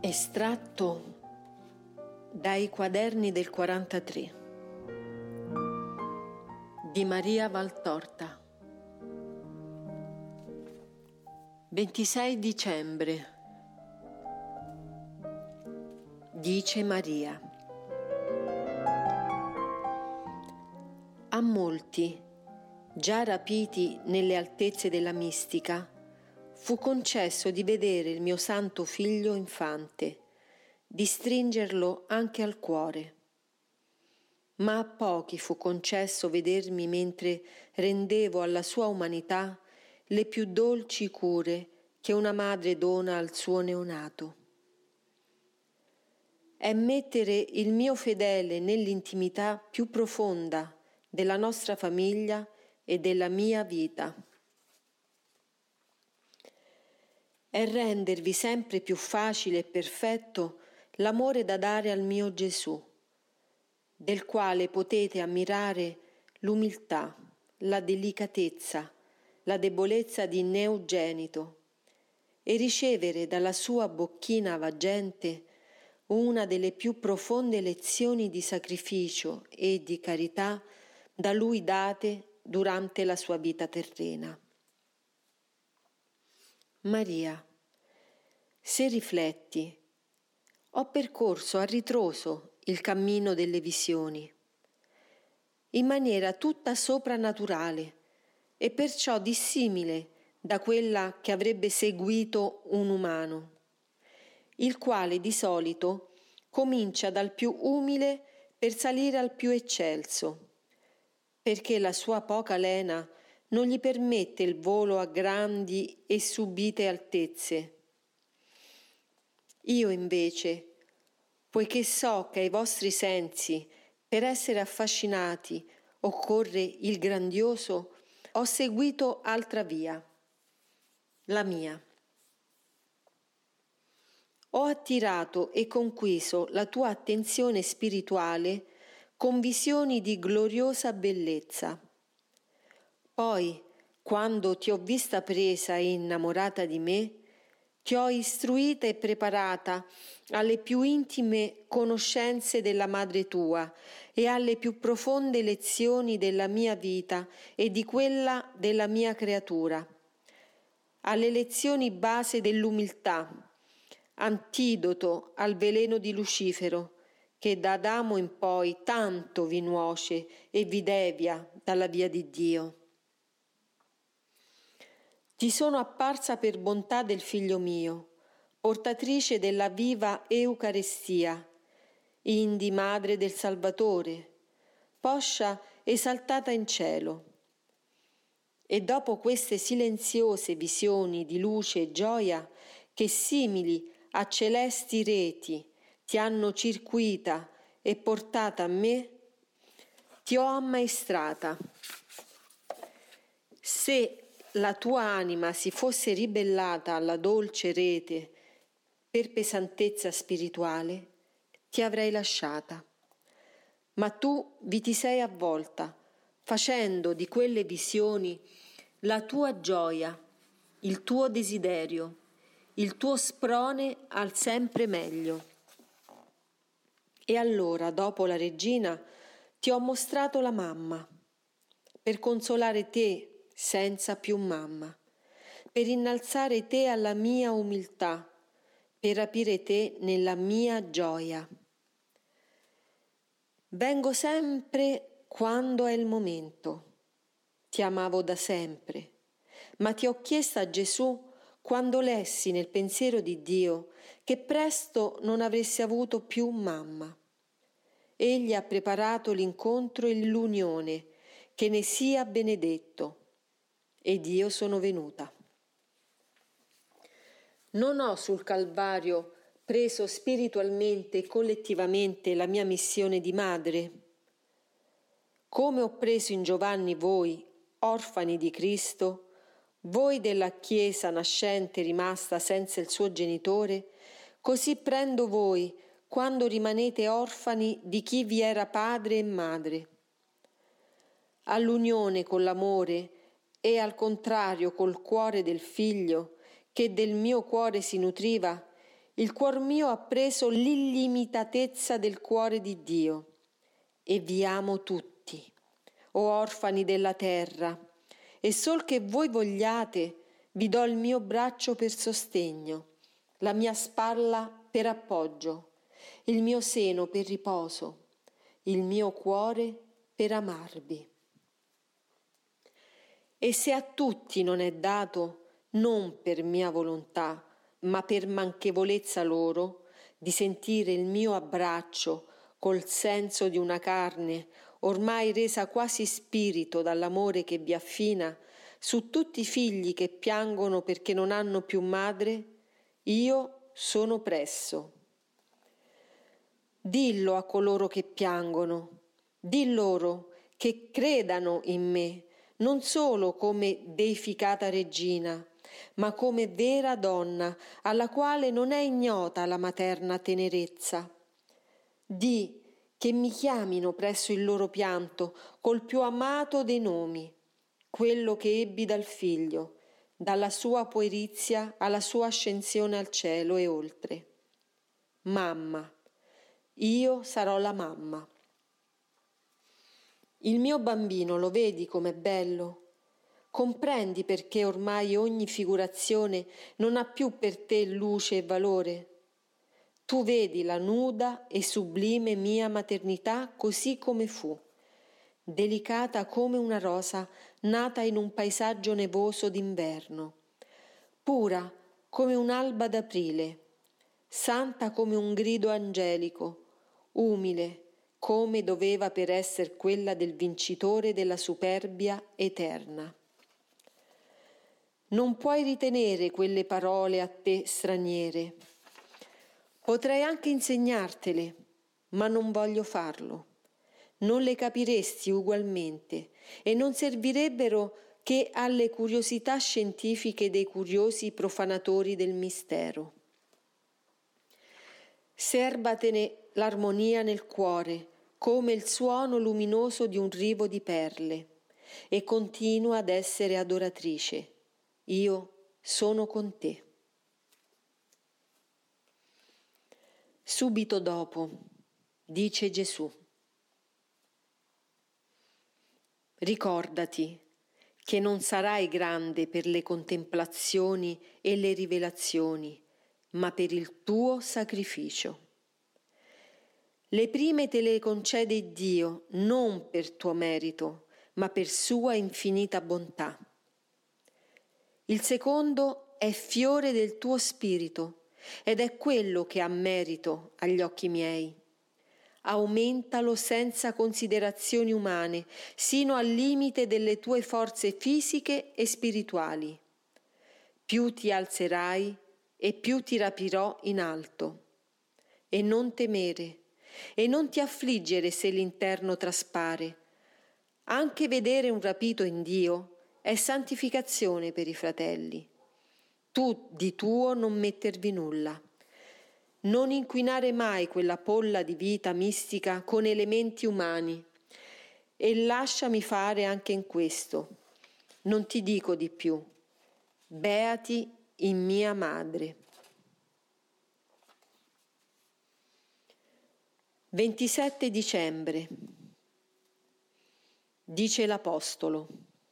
Estratto dai quaderni del 43 di Maria Valtorta. 26 dicembre. Dice Maria: a molti, già rapiti nelle altezze della mistica, fu concesso di vedere il mio santo figlio infante, di stringerlo anche al cuore. Ma a pochi fu concesso vedermi mentre rendevo alla sua umanità le più dolci cure che una madre dona al suo neonato. È mettere il mio fedele nell'intimità più profonda della nostra famiglia e della mia vita. È rendervi sempre più facile e perfetto l'amore da dare al mio Gesù, del quale potete ammirare l'umiltà, la delicatezza, la debolezza di neogenito e ricevere dalla sua bocchina vagente una delle più profonde lezioni di sacrificio e di carità da lui date durante la sua vita terrena. Maria, se rifletti, ho percorso a ritroso il cammino delle visioni, in maniera tutta soprannaturale e perciò dissimile da quella che avrebbe seguito un umano, il quale di solito comincia dal più umile per salire al più eccelso, perché la sua poca lena non gli permette il volo a grandi e subite altezze. Io invece, poiché so che ai vostri sensi, per essere affascinati, occorre il grandioso, ho seguito altra via, la mia. Ho attirato e conquiso la tua attenzione spirituale con visioni di gloriosa bellezza. Poi, quando ti ho vista presa e innamorata di me, ti ho istruita e preparata alle più intime conoscenze della madre tua e alle più profonde lezioni della mia vita e di quella della mia creatura, alle lezioni base dell'umiltà, antidoto al veleno di Lucifero, che da Adamo in poi tanto vi nuoce e vi devia dalla via di Dio. Ti sono apparsa per bontà del Figlio mio, portatrice della viva Eucaristia, indi madre del Salvatore, poscia esaltata in cielo. E dopo queste silenziose visioni di luce e gioia, che simili a celesti reti ti hanno circuita e portata a me, ti ho ammaestrata. Se la tua anima si fosse ribellata alla dolce rete per pesantezza spirituale, ti avrei lasciata. Ma tu vi ti sei avvolta, facendo di quelle visioni la tua gioia, il tuo desiderio, il tuo sprone al sempre meglio. E allora, dopo la regina, ti ho mostrato la mamma, per consolare te senza più mamma, per innalzare te alla mia umiltà, per rapire te nella mia gioia. Vengo sempre quando è il momento. Ti amavo da sempre, ma ti ho chiesta a Gesù quando lessi nel pensiero di Dio che presto non avresti avuto più mamma. Egli ha preparato l'incontro e l'unione, che ne sia benedetto. Ed io sono venuta. Non ho sul Calvario preso spiritualmente e collettivamente la mia missione di madre. Come ho preso in Giovanni voi, orfani di Cristo, voi della Chiesa nascente rimasta senza il suo genitore, così prendo voi quando rimanete orfani di chi vi era padre e madre. All'unione con l'amore e al contrario col cuore del Figlio, che del mio cuore si nutriva, il cuor mio ha preso l'illimitatezza del cuore di Dio e vi amo tutti, o orfani della terra, e sol che voi vogliate vi do il mio braccio per sostegno, la mia spalla per appoggio, il mio seno per riposo, il mio cuore per amarvi. E se a tutti non è dato, non per mia volontà, ma per manchevolezza loro, di sentire il mio abbraccio col senso di una carne ormai resa quasi spirito dall'amore che vi affina, su tutti i figli che piangono perché non hanno più madre, io sono presso. Dillo a coloro che piangono, di loro che credano in me, non solo come deificata regina, ma come vera donna alla quale non è ignota la materna tenerezza. Di che mi chiamino presso il loro pianto col più amato dei nomi, quello che ebbi dal figlio, dalla sua puerizia alla sua ascensione al cielo e oltre. Mamma, io sarò la mamma. Il mio bambino, lo vedi com'è bello? Comprendi perché ormai ogni figurazione non ha più per te luce e valore? Tu vedi la nuda e sublime mia maternità così come fu, delicata come una rosa nata in un paesaggio nevoso d'inverno, pura come un'alba d'aprile, santa come un grido angelico, umile come doveva per esser quella del vincitore della superbia eterna. Non puoi ritenere quelle parole a te straniere. Potrei anche insegnartele, ma non voglio farlo. Non le capiresti ugualmente e non servirebbero che alle curiosità scientifiche dei curiosi profanatori del mistero. Serbatene l'armonia nel cuore, come il suono luminoso di un rivo di perle, e continua ad essere adoratrice. Io sono con te. Subito dopo, dice Gesù, ricordati che non sarai grande per le contemplazioni e le rivelazioni, ma per il tuo sacrificio. Le prime te le concede Dio non per tuo merito, ma per sua infinita bontà. Il secondo è fiore del tuo spirito ed è quello che ha merito agli occhi miei. Aumentalo senza considerazioni umane, sino al limite delle tue forze fisiche e spirituali. Più ti alzerai e più ti rapirò in alto. E non temere, e non ti affliggere se l'interno traspare. Anche vedere un rapito in Dio è santificazione per i fratelli. Tu di tuo non mettervi nulla. Non inquinare mai quella polla di vita mistica con elementi umani. E lasciami fare anche in questo. Non ti dico di più. Beati in mia madre. 27 dicembre. Dice l'Apostolo.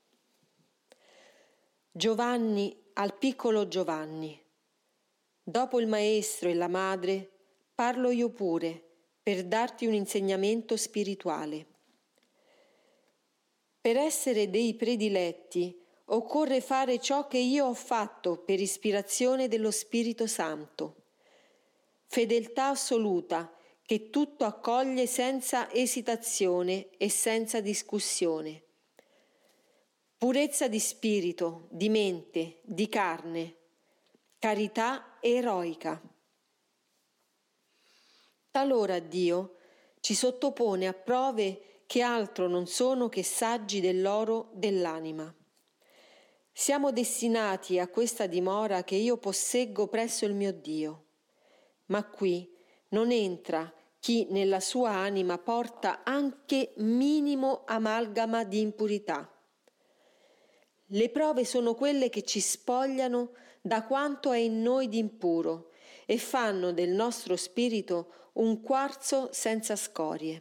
Giovanni al piccolo Giovanni. Dopo il maestro e la madre, parlo io pure per darti un insegnamento spirituale. Per essere dei prediletti occorre fare ciò che io ho fatto per ispirazione dello Spirito Santo. Fedeltà assoluta che tutto accoglie senza esitazione e senza discussione. Purezza di spirito, di mente, di carne, carità eroica. Talora Dio ci sottopone a prove che altro non sono che saggi dell'oro dell'anima. Siamo destinati a questa dimora che io posseggo presso il mio Dio, ma qui non entra chi nella sua anima porta anche minimo amalgama di impurità. Le prove sono quelle che ci spogliano da quanto è in noi di impuro e fanno del nostro spirito un quarzo senza scorie.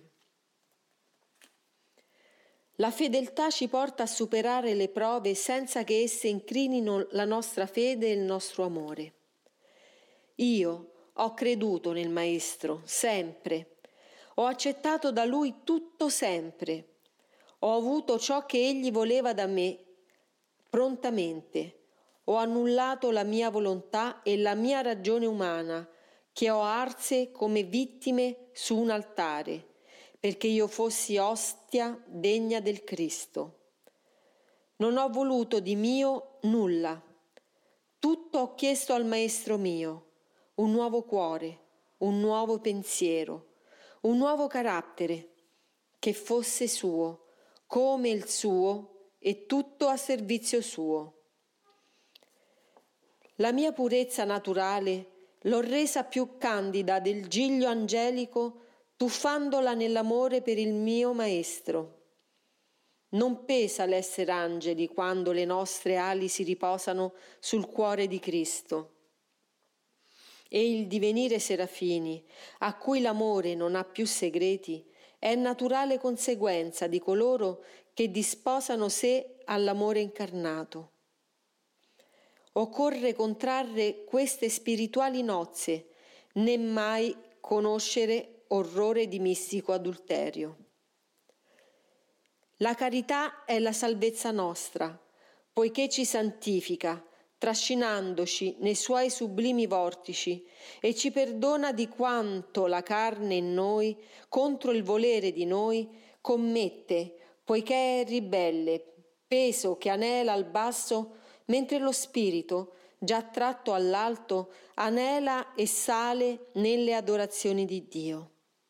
La fedeltà ci porta a superare le prove senza che esse incrinino la nostra fede e il nostro amore. Io ho creduto nel Maestro, sempre. Ho accettato da Lui tutto sempre. Ho avuto ciò che Egli voleva da me, prontamente. Ho annullato la mia volontà e la mia ragione umana, che ho arse come vittime su un altare, perché io fossi ostia degna del Cristo. Non ho voluto di mio nulla. Tutto ho chiesto al Maestro mio, un nuovo cuore, un nuovo pensiero, un nuovo carattere, che fosse suo, come il suo e tutto a servizio suo. La mia purezza naturale l'ho resa più candida del giglio angelico, tuffandola nell'amore per il mio Maestro. Non pesa l'essere angeli quando le nostre ali si riposano sul cuore di Cristo. E il divenire serafini, a cui l'amore non ha più segreti, è naturale conseguenza di coloro che disposano sé all'amore incarnato. Occorre contrarre queste spirituali nozze, né mai conoscere orrore di mistico adulterio. La carità è la salvezza nostra, poiché ci santifica, trascinandoci nei suoi sublimi vortici, e ci perdona di quanto la carne in noi, contro il volere di noi, commette, poiché è ribelle, peso che anela al basso, mentre lo spirito, già tratto all'alto, anela e sale nelle adorazioni di Dio.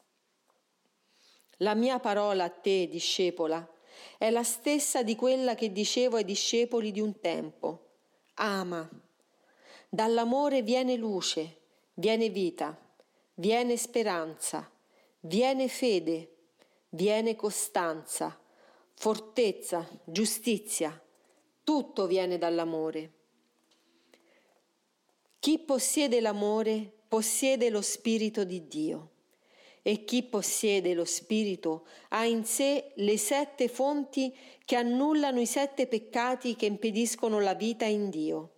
La mia parola a te, discepola, è la stessa di quella che dicevo ai discepoli di un tempo. Ama. Dall'amore viene luce, viene vita, viene speranza, viene fede, viene costanza, fortezza, giustizia. Tutto viene dall'amore. Chi possiede l'amore possiede lo Spirito di Dio. E chi possiede lo Spirito ha in sé le 7 fonti che annullano i 7 peccati che impediscono la vita in Dio.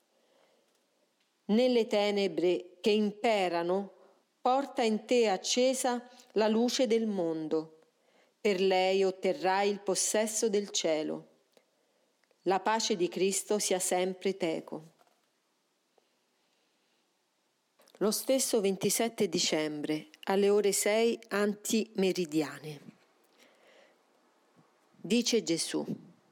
Nelle tenebre che imperano, porta in te accesa la luce del mondo. Per lei otterrai il possesso del cielo. La pace di Cristo sia sempre teco. Lo stesso 27 dicembre, alle ore 6 antimeridiane. Dice Gesù: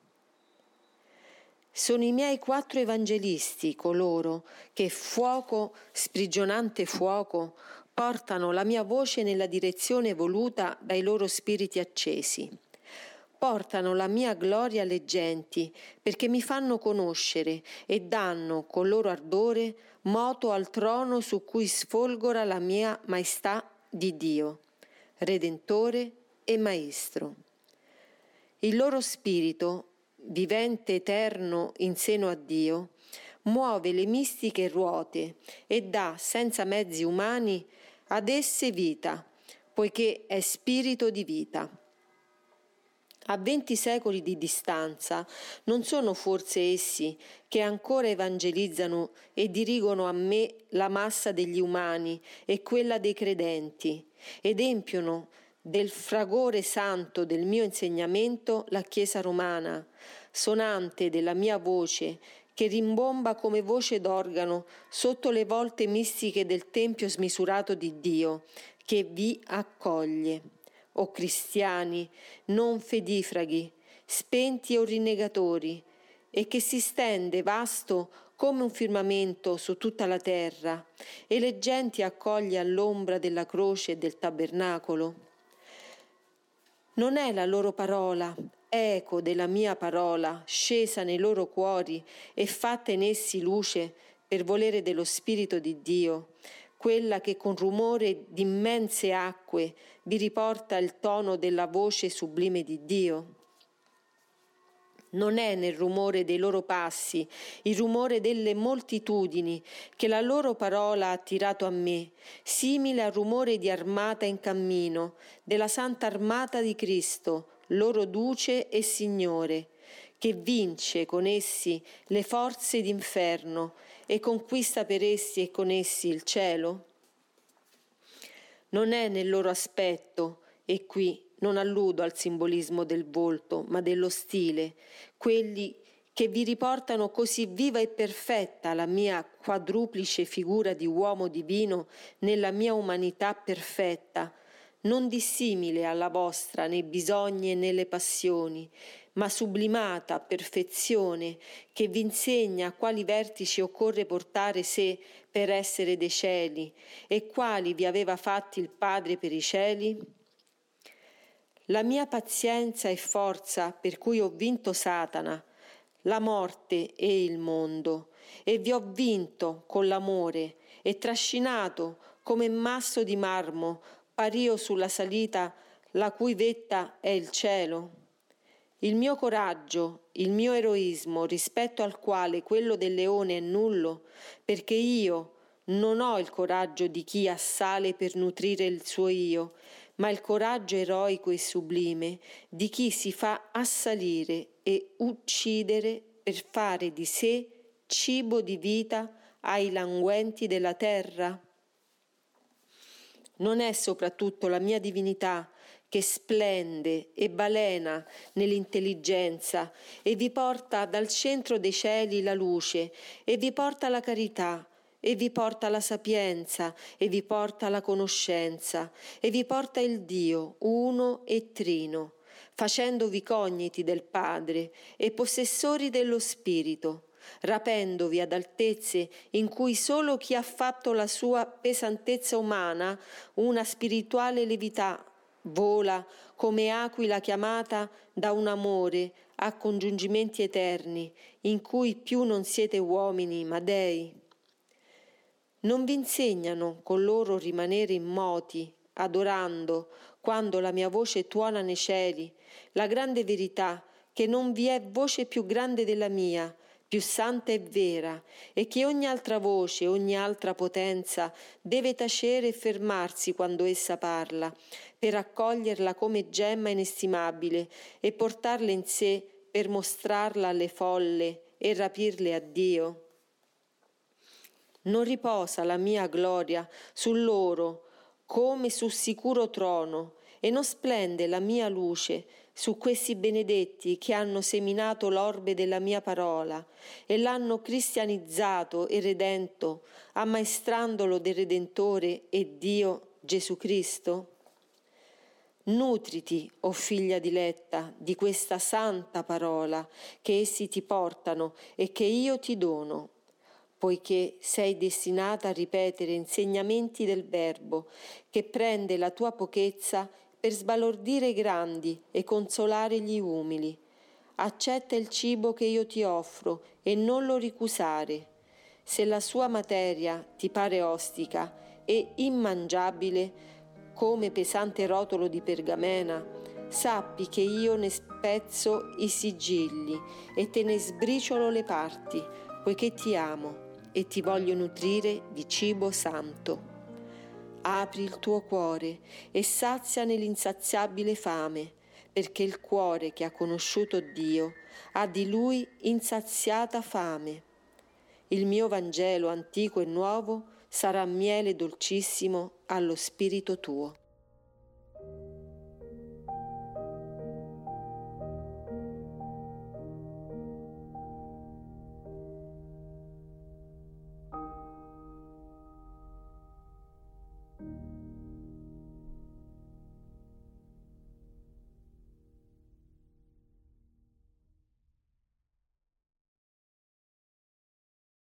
sono i miei 4 evangelisti coloro che fuoco, sprigionante fuoco, portano la mia voce nella direzione voluta dai loro spiriti accesi. Portano la mia gloria alle genti, perché mi fanno conoscere e danno col loro ardore moto al trono su cui sfolgora la mia maestà di Dio, Redentore e Maestro. Il loro spirito, vivente eterno in seno a Dio, muove le mistiche ruote e dà, senza mezzi umani, ad esse vita, poiché è spirito di vita. A 20 secoli di distanza non sono forse essi che ancora evangelizzano e dirigono a me la massa degli umani e quella dei credenti, ed empiono del fragore santo del mio insegnamento la Chiesa romana, sonante della mia voce, che rimbomba come voce d'organo sotto le volte mistiche del Tempio smisurato di Dio, che vi accoglie. O cristiani, non fedifraghi, spenti o rinnegatori, e che si stende vasto come un firmamento su tutta la terra, e le genti accoglie all'ombra della croce e del tabernacolo. Non è la loro parola, eco della mia parola, scesa nei loro cuori e fatta in essi luce per volere dello Spirito di Dio, quella che con rumore di immense acque vi riporta il tono della voce sublime di Dio? Non è nel rumore dei loro passi, il rumore delle moltitudini, che la loro parola ha attirato a me, simile al rumore di armata in cammino, della santa armata di Cristo, loro Duce e Signore, che vince con essi le forze d'inferno e conquista per essi e con essi il cielo? Non è nel loro aspetto, e qui non alludo al simbolismo del volto, ma dello stile, quelli che vi riportano così viva e perfetta la mia quadruplice figura di uomo divino nella mia umanità perfetta, non dissimile alla vostra nei bisogni e nelle passioni, ma sublimata a perfezione, che vi insegna a quali vertici occorre portare sé per essere dei cieli, e quali vi aveva fatti il Padre per i cieli? La mia pazienza e forza per cui ho vinto Satana, la morte e il mondo, e vi ho vinto con l'amore e trascinato come masso di marmo pario sulla salita la cui vetta è il cielo. Il mio coraggio, il mio eroismo, rispetto al quale quello del leone è nullo, perché io non ho il coraggio di chi assale per nutrire il suo io, ma il coraggio eroico e sublime di chi si fa assalire e uccidere per fare di sé cibo di vita ai languenti della terra? Non è soprattutto la mia divinità che splende e balena nell'intelligenza e vi porta dal centro dei cieli la luce e vi porta la carità e vi porta la sapienza e vi porta la conoscenza e vi porta il Dio uno e trino, facendovi cogniti del Padre e possessori dello Spirito, rapendovi ad altezze in cui solo chi ha fatto la sua pesantezza umana una spirituale levità vola come aquila chiamata da un amore a congiungimenti eterni in cui più non siete uomini ma dei. Non vi insegnano con loro rimanere immoti, adorando, quando la mia voce tuona nei cieli, la grande verità che non vi è voce più grande della mia, più santa e vera, e che ogni altra voce, ogni altra potenza deve tacere e fermarsi quando essa parla, per accoglierla come gemma inestimabile e portarla in sé per mostrarla alle folle e rapirle a Dio? Non riposa la mia gloria su loro come su sicuro trono, e non splende la mia luce su questi benedetti che hanno seminato l'orbe della mia parola e l'hanno cristianizzato e redento, ammaestrandolo del Redentore e Dio Gesù Cristo? Nutriti, o figlia diletta, di questa santa parola che essi ti portano e che io ti dono, poiché sei destinata a ripetere insegnamenti del Verbo, che prende la tua pochezza per sbalordire i grandi e consolare gli umili. Accetta il cibo che io ti offro e non lo ricusare. Se la sua materia ti pare ostica e immangiabile, come pesante rotolo di pergamena, sappi che io ne spezzo i sigilli e te ne sbriciolo le parti, poiché ti amo e ti voglio nutrire di cibo santo. Apri il tuo cuore e sazia nell'insaziabile fame, perché il cuore che ha conosciuto Dio ha di Lui insaziata fame. Il mio Vangelo antico e nuovo sarà miele dolcissimo allo spirito tuo.